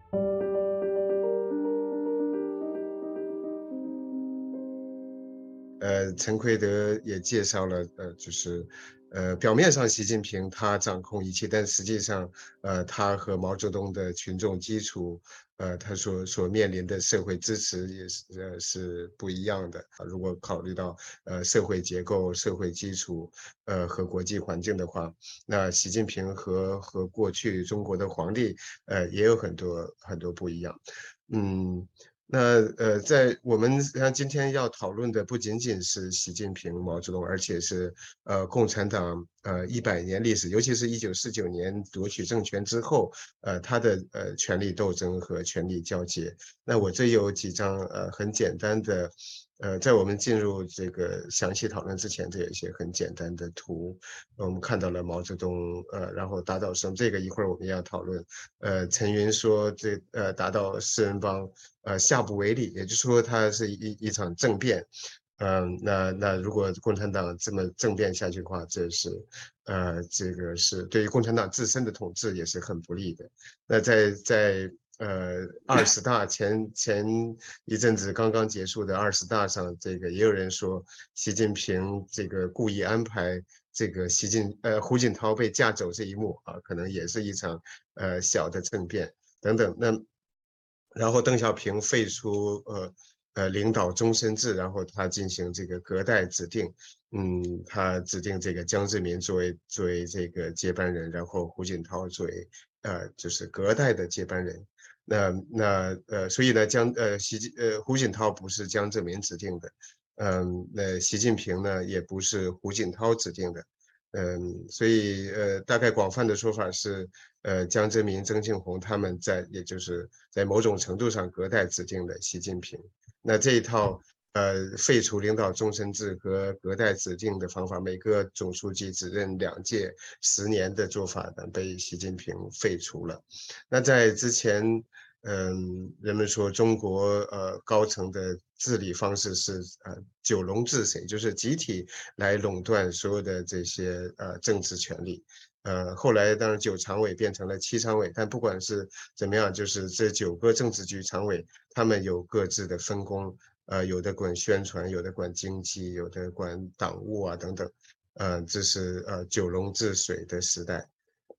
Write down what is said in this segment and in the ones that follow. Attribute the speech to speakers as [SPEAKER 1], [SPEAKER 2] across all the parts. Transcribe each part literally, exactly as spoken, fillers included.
[SPEAKER 1] 呃，陈奎德也介绍了，呃，就是，呃，表面上习近平他掌控一切，但实际上，呃，他和毛泽东的群众基础，呃，他所所面临的社会支持也是呃是不一样的。如果考虑到呃社会结构、社会基础，呃和国际环境的话，那习近平和和过去中国的皇帝，呃，也有很多很多不一样。嗯，那呃，在我们像今天要讨论的不仅仅是习近平、毛泽东，而且是呃共产党呃一百年历史，尤其是一九四九年夺取政权之后，呃他的呃权力斗争和权力交接。那我这有几张呃很简单的。呃，在我们进入这个详细讨论之前，这有一些很简单的图，我们看到了毛泽东，呃，然后打倒生，这个一会儿我们要讨论。呃，陈云说这呃打倒四人帮，呃下不为例，也就是说它是一一场政变。嗯，那那如果共产党这么政变下去的话，这是呃这个是对于共产党自身的统治也是很不利的。那在在呃二十大前前一阵子刚刚结束的二十大上，这个也有人说习近平这个故意安排这个习近呃胡锦涛被架走这一幕啊，可能也是一场呃小的政变等等。那然后邓小平废除呃呃领导终身制，然后他进行这个隔代指定。嗯，他指定这个江泽民作为作为这个接班人，然后胡锦涛作为呃就是隔代的接班人。那那呃，所以呢，江呃习近呃胡锦涛不是江泽民指定的。嗯，那习近平呢也不是胡锦涛指定的。嗯，所以呃，大概广泛的说法是，呃，江泽民、曾庆红他们在，也就是在某种程度上隔代指定的习近平。那这一套呃废除领导终身制和隔代指定的方法，每个总书记只任两届十年的做法呢，被习近平废除了。那在之前，嗯，人们说中国呃高层的治理方式是呃九龙治水，就是集体来垄断所有的这些呃政治权利。呃，后来当然九常委变成了七常委，但不管是怎么样，就是这九个政治局常委，他们有各自的分工。呃，有的管宣传，有的管经济，有的管党务啊等等。呃，这是呃九龙治水的时代。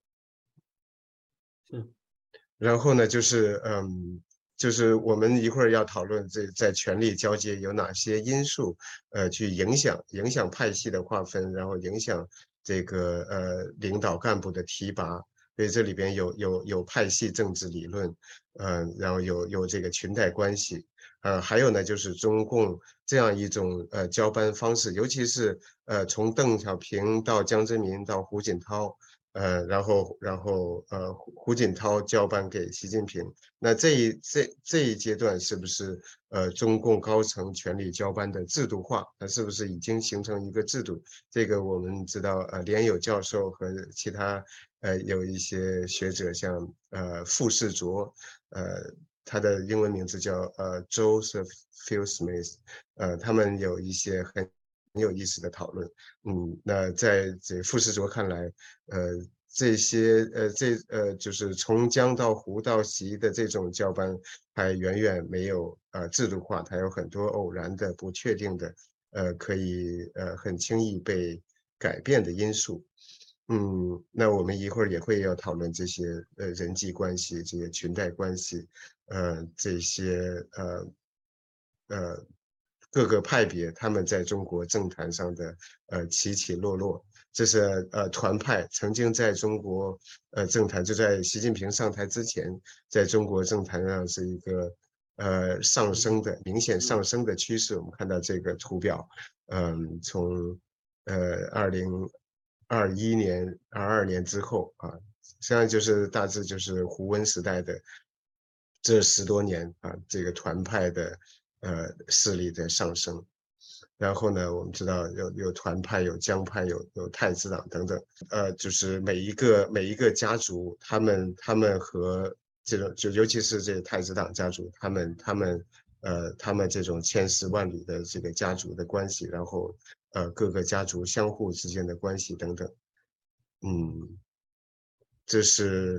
[SPEAKER 2] 是。
[SPEAKER 1] 然后呢，就是嗯，就是我们一会儿要讨论这在权力交接有哪些因素，呃，去影响影响派系的划分，然后影响这个呃领导干部的提拔。所以这里边有有有派系政治理论，嗯、呃，然后有有这个裙带关系。呃，还有呢，就是中共这样一种呃交班方式，尤其是呃从邓小平到江泽民到胡锦涛。呃，然后然后呃，胡胡锦涛交班给习近平。那这一这这一阶段是不是呃中共高层权力交班的制度化？那是不是已经形成一个制度？这个我们知道，呃，连友教授和其他呃有一些学者，像呃傅士卓，呃，他的英文名字叫呃 Joseph Fieldsmith，呃，他们有一些很很有意思的讨论。嗯，那在这傅士卓看来，呃，这些呃这呃就是从江到湖到习的这种交班，还远远没有呃制度化，它有很多偶然的、不确定的，呃，可以呃很轻易被改变的因素。嗯，那我们一会儿也会要讨论这些呃人际关系、这些裙带关系，呃，这些呃呃各个派别他们在中国政坛上的呃起起落落。这是呃团派曾经在中国呃政坛，就在习近平上台之前，在中国政坛上是一个呃上升的明显上升的趋势。我们看到这个图表，嗯，从呃二零二一年、二二年之后啊，实际上就是大致就是胡温时代的这十多年啊，这个团派的呃势力在上升。然后呢，我们知道有有团派、有江派、有有太子党等等。呃，就是每一个每一个家族，他们他们和这种就尤其是这个太子党家族，他们他们呃他们这种千丝万缕的这个家族的关系，然后呃各个家族相互之间的关系等等。嗯，这是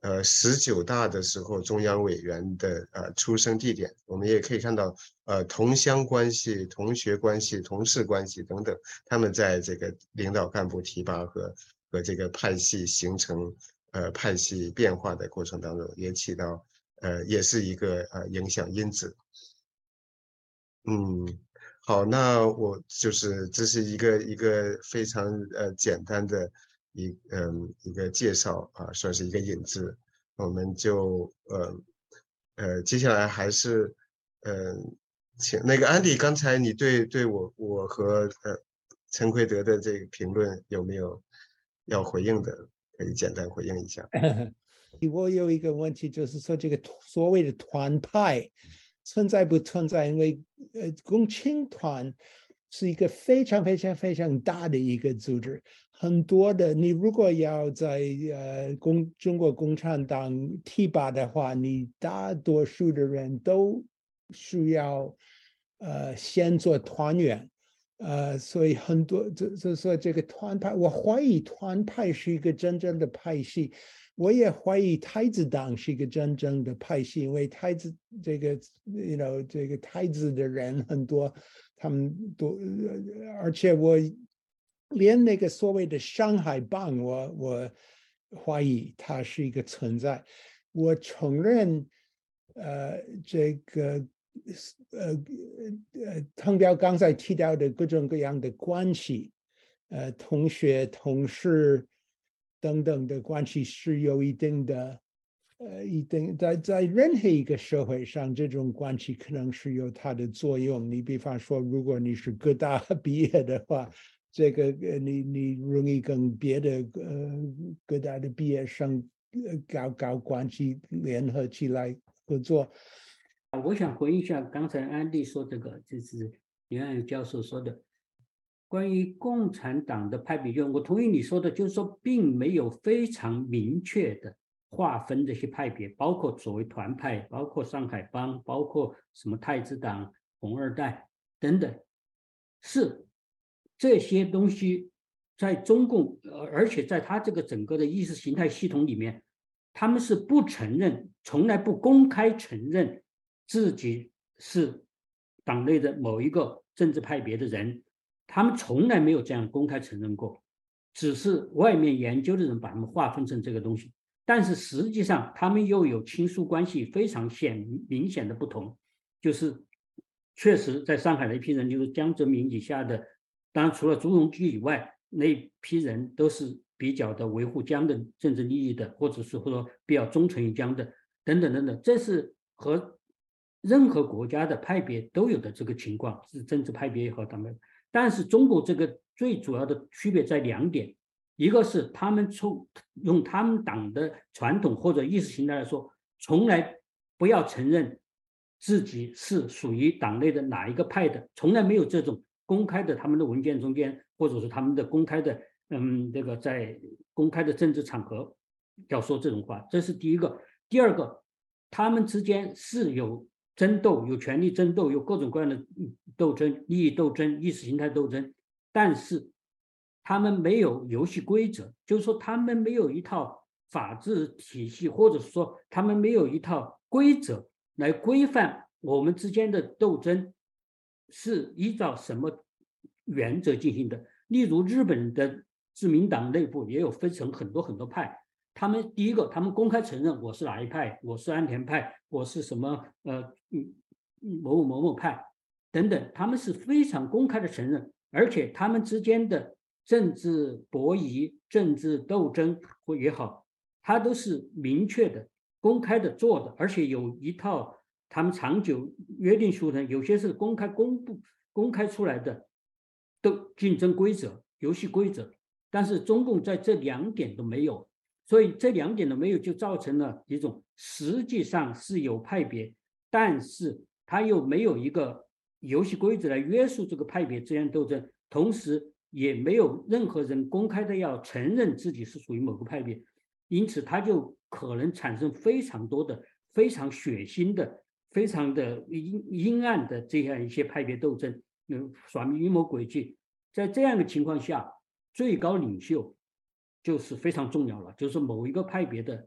[SPEAKER 1] 呃十九大的时候中央委员的呃出生地点。我们也可以看到，呃同乡关系、同学关系、同事关系等等，他们在这个领导干部提拔和和这个派系形成呃派系变化的过程当中，也起到呃也是一个呃影响因子。嗯，好，那我就是这是一个一个非常呃简单的一嗯一个介绍啊，算是一个引子。我们就呃呃接下来还是呃请那个安迪，刚才你对对我我和呃陈奎德的这个评论有没有要回应的？可以简单回应一下。
[SPEAKER 2] 我有一个问题，就是说这个所谓的团派存在不存在？因为呃，共青团是一个非常非常非常大的一个组织，很多的。你如果要在呃共中国共产党提拔的话，你大多数的人都需要呃先做团员。呃，所以很多就就说这个团派，我怀疑团派是一个真正的派系，我也怀疑太子党是一个真正的派系，因为太子这个，you know，这个太子的人很多，他们都，而且我连那个所谓的上海帮，我我怀疑它是一个存在。我承认，呃，这个。呃呃，汤彪刚才提到的各种各样的关系，呃，同学、同事等等的关系是有一定的，呃，一定在在任何一个社会上，这种关系可能是有它的作用。你比方说，如果你是各大毕业的话，这个呃，你你容易跟别的呃各大的毕业生呃搞搞关系，联合起来合作。
[SPEAKER 3] 我想回应一下刚才安迪说这个，就是林安教授说的关于共产党的派别论，我同意你说的，就是说并没有非常明确的划分这些派别，包括所谓团派，包括上海帮，包括什么太子党、红二代等等，是这些东西在中共，而且在他这个整个的意识形态系统里面，他们是不承认，从来不公开承认自己是党内的某一个政治派别的人，他们从来没有这样公开承认过，只是外面研究的人把他们划分成这个东西，但是实际上他们又有亲属关系非常显明显的不同，就是确实在上海的一批人，就是江泽民以下的，当然除了朱镕基以外，那批人都是比较的维护江的政治利益的，或者是说比较忠诚于江的，等等等等，这是和任何国家的派别都有的这个情况，是政治派别也好，党派。但是中国这个最主要的区别在两点，一个是他们从用他们党的传统或者意识形态来说，从来不要承认自己是属于党内的哪一个派的，从来没有这种公开的他们的文件中间，或者是他们的公开的，嗯，这个在公开的政治场合要说这种话，这是第一个。第二个，他们之间是有争斗，有权力争斗，有各种各样的斗争、利益斗争、意识形态斗争，但是他们没有游戏规则，就是说他们没有一套法治体系，或者说他们没有一套规则来规范我们之间的斗争是依照什么原则进行的。例如日本的自民党内部也有分成很多很多派，他们第一个，他们公开承认我是哪一派，我是安田派，我是什么呃某某某某派等等，他们是非常公开的承认，而且他们之间的政治博弈、政治斗争或也好，它都是明确的、公开的做的，而且有一套他们长久约定俗成，有些是公开公布、公开出来的斗竞争规则、游戏规则。但是中共在这两点都没有，所以这两点都没有，就造成了一种实际上是有派别，但是它又没有一个游戏规则来约束这个派别之间斗争，同时也没有任何人公开的要承认自己是属于某个派别，因此它就可能产生非常多的非常血腥的、非常的阴阴暗的这样一些派别斗争，嗯，耍明阴谋诡计。在这样的情况下，最高领袖就是非常重要了，就是某一个派别的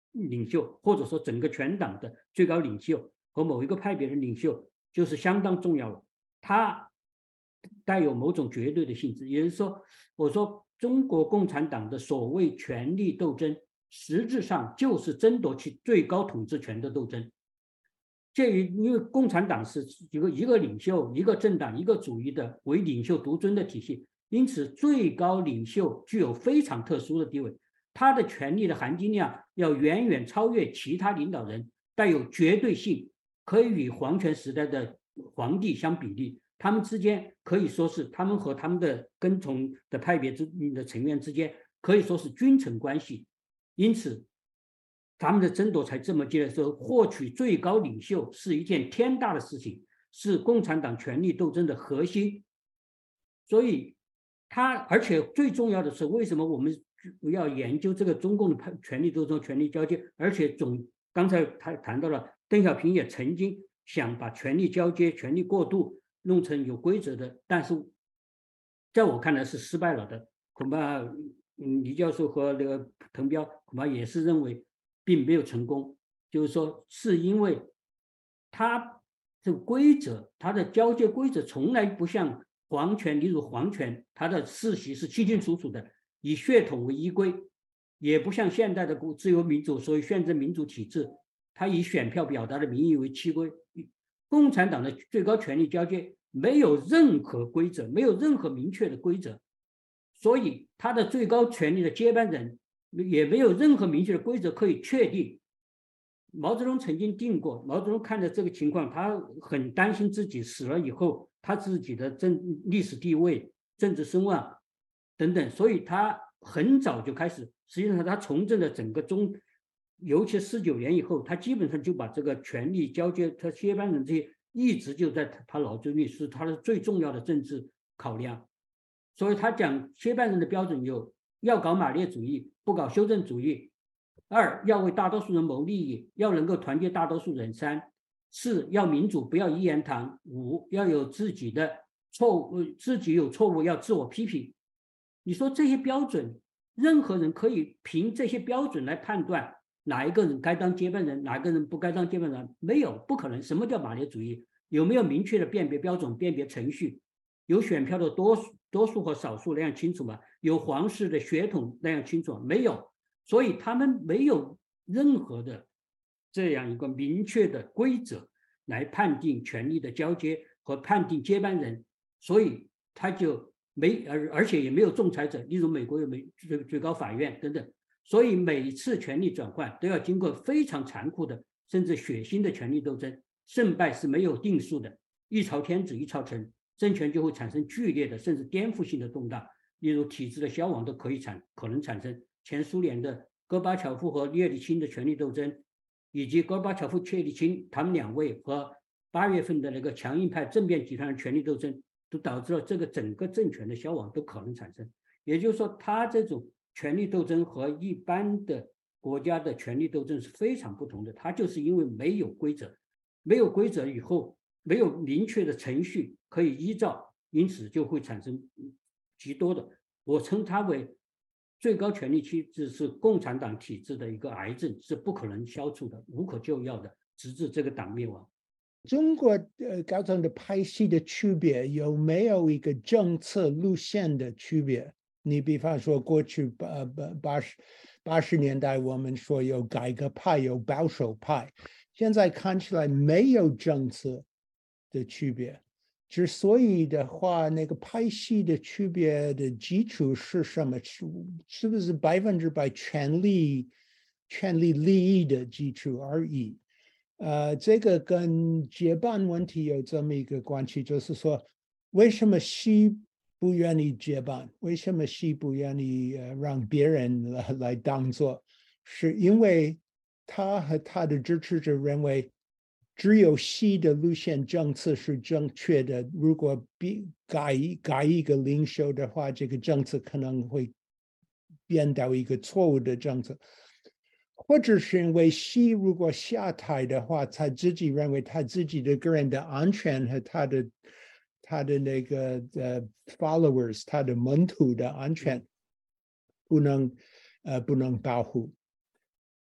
[SPEAKER 3] 领袖，或者说整个全党的最高领袖和某一个派别的领袖，就是相当重要了。它带有某种绝对的性质，也就是说，我说中国共产党的所谓权力斗争，实质上就是争夺其最高统治权的斗争。鉴于因为共产党是一个一个领袖、一个政党、一个主义的为领袖独尊的体系，因此最高领袖具有非常特殊的地位，他的权力的含金量要远远超越其他领导人，带有绝对性，可以与皇权时代的皇帝相比例。他们之间可以说是他们和他们的跟从的派别之的成员之间可以说是君臣关系，因此他们的争夺才这么激烈。说获取最高领袖是一件天大的事情，是共产党权力斗争的核心。所以他而且最重要的是，为什么我们要研究这个中共的权力斗争、权力交接？而且总刚才他谈到了，邓小平也曾经想把权力交接、权力过渡弄成有规则的，但是在我看来是失败了的。恐怕嗯，李教授和那个滕彪恐怕也是认为并没有成功，就是说是因为他这个规则，他的交接规则从来不像皇权，例如皇权，它的世袭是清清楚楚的，以血统为依归，也不像现代的自由民主，所谓宪政民主体制，它以选票表达的民意为依归。共产党的最高权力交接没有任何规则，没有任何明确的规则，所以他的最高权力的接班人也没有任何明确的规则可以确定。毛泽东曾经定过，毛泽东看着这个情况，他很担心自己死了以后，他自己的政历史地位、政治声望等等，所以他很早就开始，实际上他从政的整个中，尤其四九年以后，他基本上就把这个权力交接，他接班人这些一直就在他脑子里是他的最重要的政治考量。所以他讲接班人的标准有：要搞马列主义，不搞修正主义；二，要为大多数人谋利益，要能够团结大多数人；三，四，要民主，不要一言堂；五，要有自己的错误，自己有错误要自我批评。你说这些标准，任何人可以凭这些标准来判断哪一个人该当接班人，哪个人不该当接班人？没有，不可能。什么叫马列主义？有没有明确的辨别标准、辨别程序？有选票的多数、多数和少数那样清楚吗？有皇室的血统那样清楚吗？没有。所以他们没有任何的这样一个明确的规则来判定权力的交接和判定接班人，所以他就没而而且也没有仲裁者，例如美国有美最最高法院等等。所以每次权力转换都要经过非常残酷的甚至血腥的权力斗争，胜败是没有定数的，一朝天子一朝臣，政权就会产生剧烈的甚至颠覆性的动荡，例如体制的消亡都可以产可能产生。前苏联的戈巴乔夫和叶利钦的权力斗争，以及戈巴乔夫、叶利钦他们两位和八月份的那个强硬派政变集团的权力斗争，都导致了这个整个政权的消亡都可能产生。也就是说，他这种权力斗争和一般的国家的权力斗争是非常不同的。它就是因为没有规则，没有规则以后，没有明确的程序可以依照，因此就会产生极多的，我称它为最高权力体制是共产党体制的一个癌症，是不可能消除的，无可救药的，直至这个党灭亡。
[SPEAKER 2] 中国呃高层的派系的区别有没有一个政策路线的区别？你比方说过去八八十八十年代我们说有改革派有保守派，现在看起来没有政策的区别。之所以的话，那个派系的区别的基础是什么？是不是百分之百权力、权力利益的基础而已？呃，这个跟接班问题有这么一个关系，就是说，为什么西不愿意接班？为什么西不愿意、呃、让别人 来, 来当做？是因为他和他的支持者认为，只有西的路线政策是正确的。如果改改一个领袖的话，这个政策可能会变到一个错误的政策。或者是因为西如果下台的话，他自己认为他自己的个人的安全和他的他的那个呃 followers， 他的门徒的安全不能呃不能保护。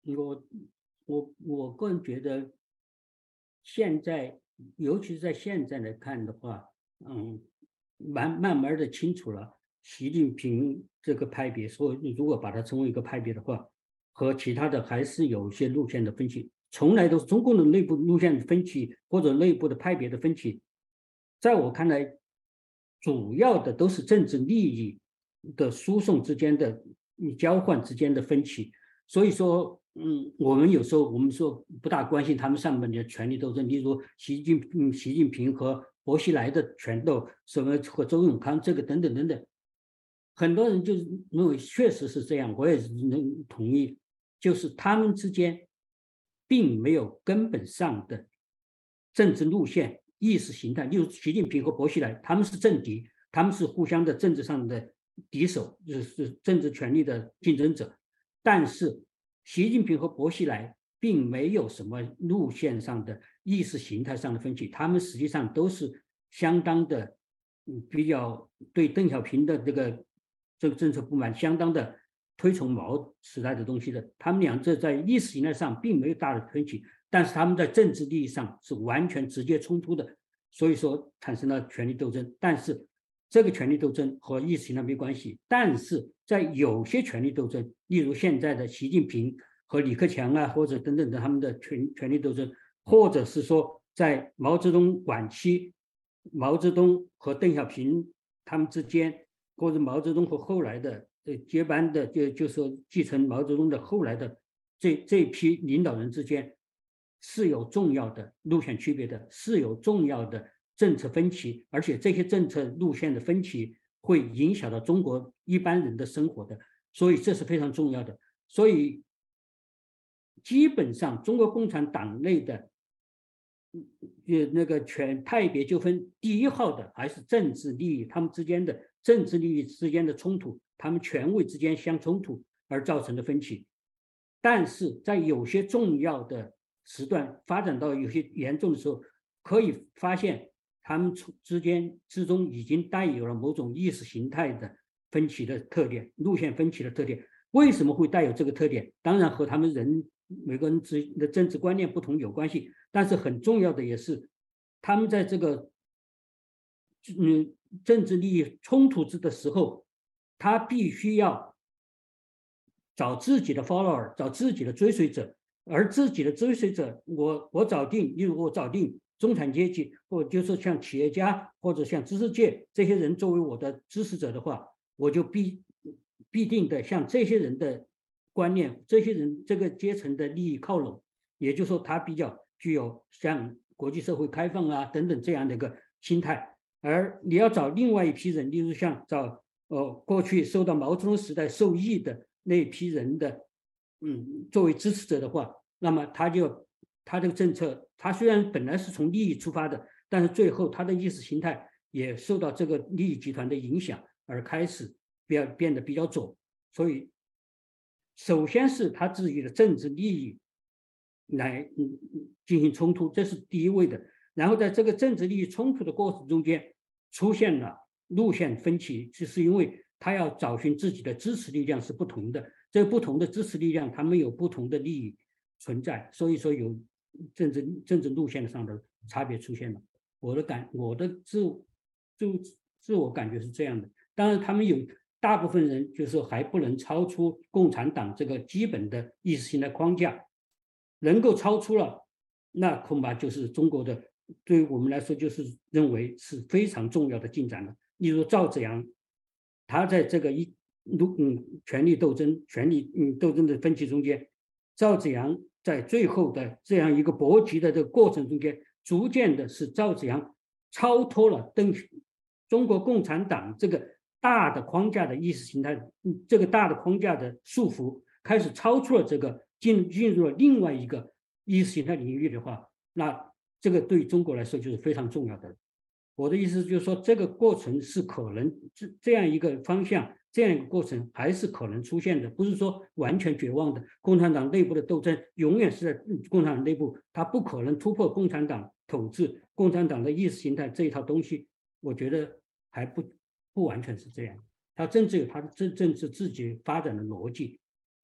[SPEAKER 3] 我我我个人觉得，现在尤其是在现在来看的话，嗯，慢慢慢的清楚了，习近平这个派别，说如果把它称为一个派别的话，和其他的还是有一些路线的分歧，从来都是中共的内部路线的分歧或者内部的派别的分歧，在我看来，主要的都是政治利益的输送之间的交换之间的分歧，所以说。嗯，我们有时候我们说不大关心他们上面的权力斗争，例如习近平、习近平和薄熙来的权斗，什么和周永康这个等等等等，很多人就认为确实是这样，我也能同意，就是他们之间并没有根本上的政治路线、意识形态。例如习近平和薄熙来，他们是政敌，他们是互相的政治上的敌手，就是政治权力的竞争者，但是。习近平和薄熙来并没有什么路线上的意识形态上的分歧，他们实际上都是相当的，嗯，比较对邓小平的这个这个政策不满，相当的推崇毛时代的东西的。他们俩这在意识形态上并没有大的分歧，但是他们在政治利益上是完全直接冲突的，所以说产生了权力斗争。但是这个权力斗争和意识形态没关系，但是在有些权力斗争，例如现在的习近平和李克强啊，或者等等的他们的权权力斗争，或者是说在毛泽东晚期，毛泽东和邓小平他们之间，或者毛泽东和后来的呃接班的，就就说继承毛泽东的后来的这这批领导人之间，是有重要的路线区别的，是有重要的。政策分歧，而且这些政策路线的分歧会影响到中国一般人的生活的，所以这是非常重要的。所以基本上中国共产党内的那个权派别纠纷，第一号的还是政治利益，他们之间的政治利益之间的冲突，他们权位之间相冲突而造成的分歧。但是在有些重要的时段发展到有些严重的时候，可以发现。他们之间之中已经带有了某种意识形态的分歧的特点，路线分歧的特点。为什么会带有这个特点？当然和他们人每个人之的政治观念不同有关系，但是很重要的也是，他们在这个嗯政治利益冲突的时候，他必须要找自己的 follower， 找自己的追随者，而自己的追随者，我我找定，例如我找定。中产阶级，或者就是像企业家或者像知识界这些人作为我的支持者的话，我就必必定的向这些人的观念、这些人这个阶层的利益靠拢。也就是说，他比较具有像国际社会开放啊等等这样的一个心态。而你要找另外一批人，例如像找呃过去受到毛泽东时代受益的那批人的，嗯，作为支持者的话，那么他就。他这个政策，他虽然本来是从利益出发的，但是最后他的意识形态也受到这个利益集团的影响，而开始变变得比较左。所以，首先是他自己的政治利益来嗯进行冲突，这是第一位的。然后在这个政治利益冲突的过程中间，出现了路线分歧，就是因为他要找寻自己的支持力量是不同的，这个不同的支持力量，他们有不同的利益存在，所以说有。政治政治路线上的差别出现了，我的感我的自就自我感觉是这样的。当然，他们有大部分人就是还不能超出共产党这个基本的意识形态框架，能够超出了，那恐怕就是中国的对于我们来说就是认为是非常重要的进展了。例如赵紫阳，他在这个一嗯权力斗争、权力嗯斗争的分歧中间，赵紫阳。在最后的这样一个搏击的这个过程中间，逐渐的是赵紫阳超脱了邓中国共产党这个大的框架的意识形态，这个大的框架的束缚，开始超出了这个进进入了另外一个意识形态领域的话，那这个对中国来说就是非常重要的。我的意思就是说，这个过程是可能这这样一个方向。这样一个过程还是可能出现的，不是说完全绝望的。共产党内部的斗争永远是在共产党内部，它不可能突破共产党统治、共产党的意识形态这一套东西。我觉得还不不完全是这样，它政治有它的政政治自己发展的逻辑。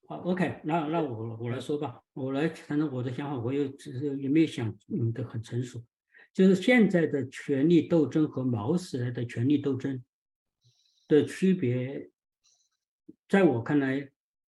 [SPEAKER 3] 好 ，OK，那那我我来说吧，我来谈谈我的想法，我有只是也没有想嗯的很成熟，就是现在的权力斗争和毛时代的权力斗争的区别，在我看来，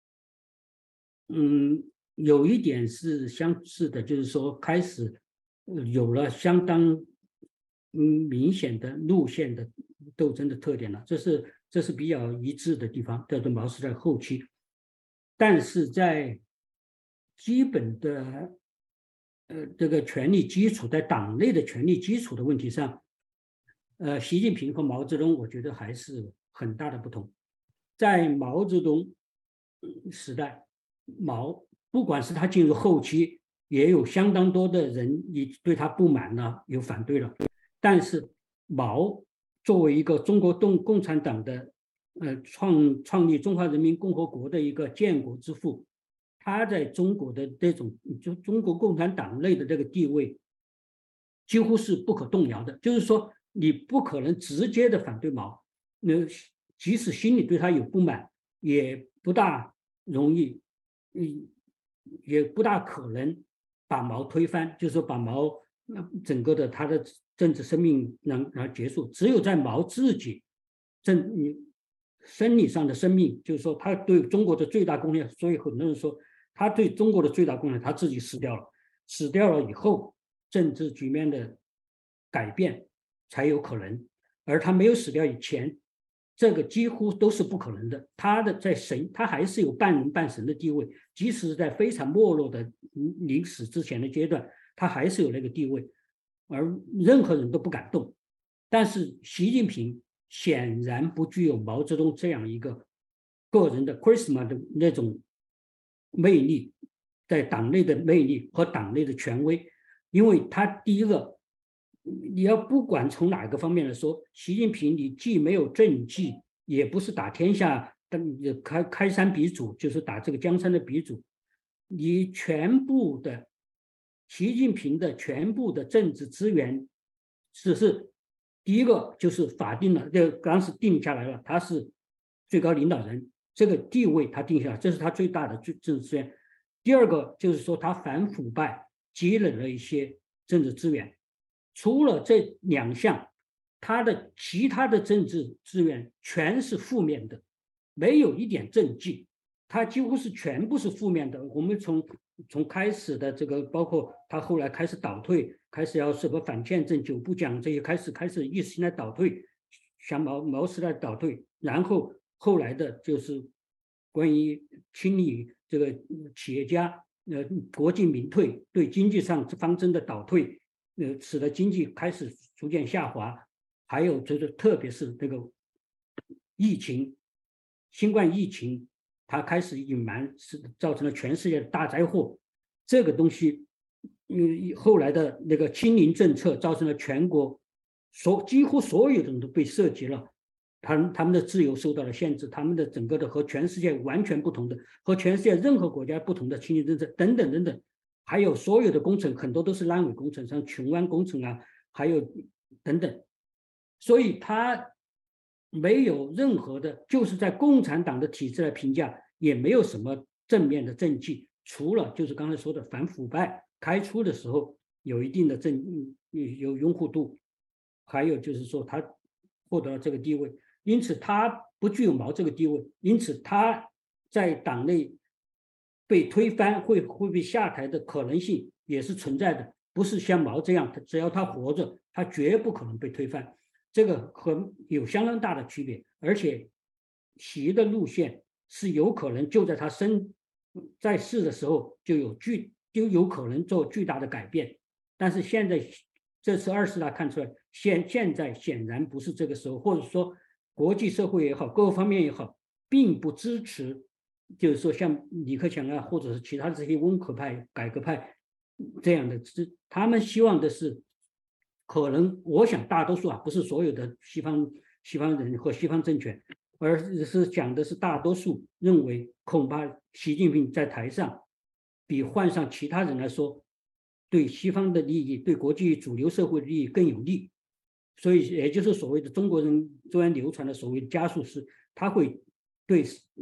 [SPEAKER 3] 嗯，有一点是相似的，就是说开始呃有了相当嗯明显的路线的斗争的特点了，这是这是比较一致的地方，叫做毛时代后期。但是在基本的呃这个权力基础，在党内的权力基础的问题上，呃，习近平和毛泽东，我觉得还是很大的不同。在毛泽东时代，毛不管是他进入后期，也有相当多的人也对他不满了，有反对了。但是毛作为一个中国共共产党的呃创创立中华人民共和国的一个建国之父，他在中国的这种就中国共产党内的这个地位，几乎是不可动摇的。就是说，你不可能直接的反对毛，那即使心里对他有不满，也不大容易，嗯，也不大可能把毛推翻，就是说把毛整个的他的政治生命能然后结束。只有在毛自己政生理上的生命，就是说他对中国的最大贡献，所以很多人说他对中国的最大贡献他自己死掉了，死掉了以后，政治局面的改变才有可能，而他没有死掉以前，这个几乎都是不可能的。他的在神，他还是有半人半神的地位，即使是在非常没落的临死之前的阶段，他还是有那个地位，而任何人都不敢动。但是习近平显然不具有毛泽东这样一个个人的 charisma 的那种魅力，在党内的魅力和党内的权威，因为他第一个，你要不管从哪个方面来说，习近平你既没有政绩，也不是打天下的开开山鼻祖，就是打这个江山的鼻祖，你全部的习近平的全部的政治资源只是第一个就是法定了，这刚是定下来了，他是最高领导人，这个地位他定下来，这是他最大的政治资源。第二个就是说他反腐败积累了一些政治资源，除了这两项，他的其他的政治资源全是负面的，没有一点政绩，他几乎是全部是负面的。我们从从开始的这个，包括他后来开始倒退，开始要什么反宪政、九不讲这些，开始开始意识形态倒退，像毛毛时代倒退，然后后来的就是关于清理这个企业家，呃，国进民退，对经济上方针的倒退，呃，使得经济开始逐渐下滑，还有就是特别是这个疫情，新冠疫情。它开始隐瞒，是造成了全世界的大灾祸。这个东西，嗯，后来的那个清零政策造成了全国所几乎所有的人都被涉及了，他们他们的自由受到了限制，他们的整个的和全世界完全不同的，和全世界任何国家不同的清零政策等等等等，还有所有的工程很多都是烂尾工程，像琼湾工程啊，还有等等，所以他。没有任何的，就是在共产党的体制来评价，也没有什么正面的政绩，除了就是刚才说的反腐败开出的时候有一定的正有拥护度，还有就是说他获得了这个地位，因此他不具有毛这个地位，因此他在党内被推翻会会被下台的可能性也是存在的，不是像毛这样，只要他活着，他绝不可能被推翻。这个和有相当大的区别，而且习的路线是有可能就在他生在世的时候就有巨就有可能做巨大的改变，但是现在这次二十大看出来，现现在显然不是这个时候，或者说国际社会也好，各个方面也好，并不支持，就是说像李克强啊，或者是其他这些温和派、改革派这样的，他们希望的是。可能我想大多数啊，不是所有的西方西方人和西方政权，而是讲的是大多数认为恐怕习近平在台上比换上其他人来说，对西方的利益、对国际主流社会的利益更有利。所以也就是所谓的中国人中间流传的所谓的加速师，他会对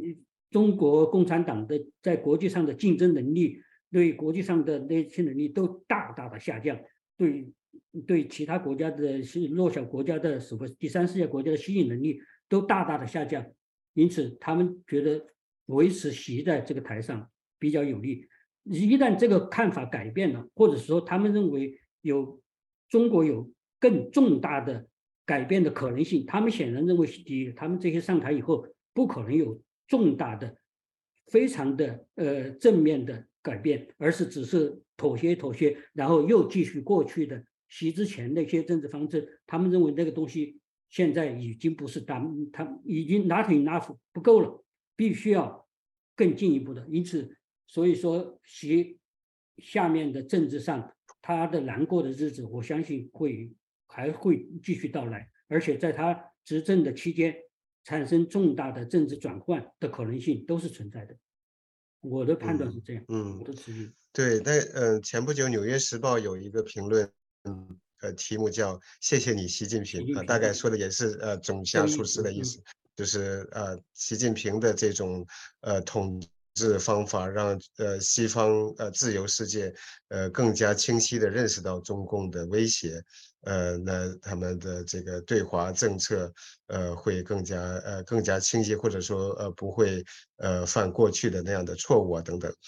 [SPEAKER 3] 中国共产党的在国际上的竞争能力，对国际上的那些能力都大大的下降，对对其他国家的是弱小国家的什么第三世界国家的吸引能力都大大的下降，因此他们觉得维持习在这个台上比较有利。一旦这个看法改变了，或者说他们认为有中国有更重大的改变的可能性，他们显然认为第一，他们这些上台以后不可能有重大的、非常的呃正面的改变，而是只是妥协妥协，然后又继续过去的习之前那些政治方针。他们认为那个东西现在已经不是他们，他已经 not enough 不够了，必须要更进一步的。因此，所以说习下面的政治上他的难过的日子，我相信会还会继续到来，而且在他执政的期间，产生重大的政治转换的可能性都是存在的。我的判断是这样，
[SPEAKER 1] 嗯，
[SPEAKER 3] 我的持续。
[SPEAKER 1] 对，但呃，前不久《纽约时报》有一个评论，嗯，呃，题目叫“谢谢你，习近平”啊、呃，大概说的也是呃种下术士的意思，就是呃，习近平的这种呃统治方法，让呃西方呃自由世界呃更加清晰地认识到中共的威胁，呃，那他们的这个对华政策呃会更加呃更加清晰，或者说呃不会呃犯过去的那样的错误啊等等。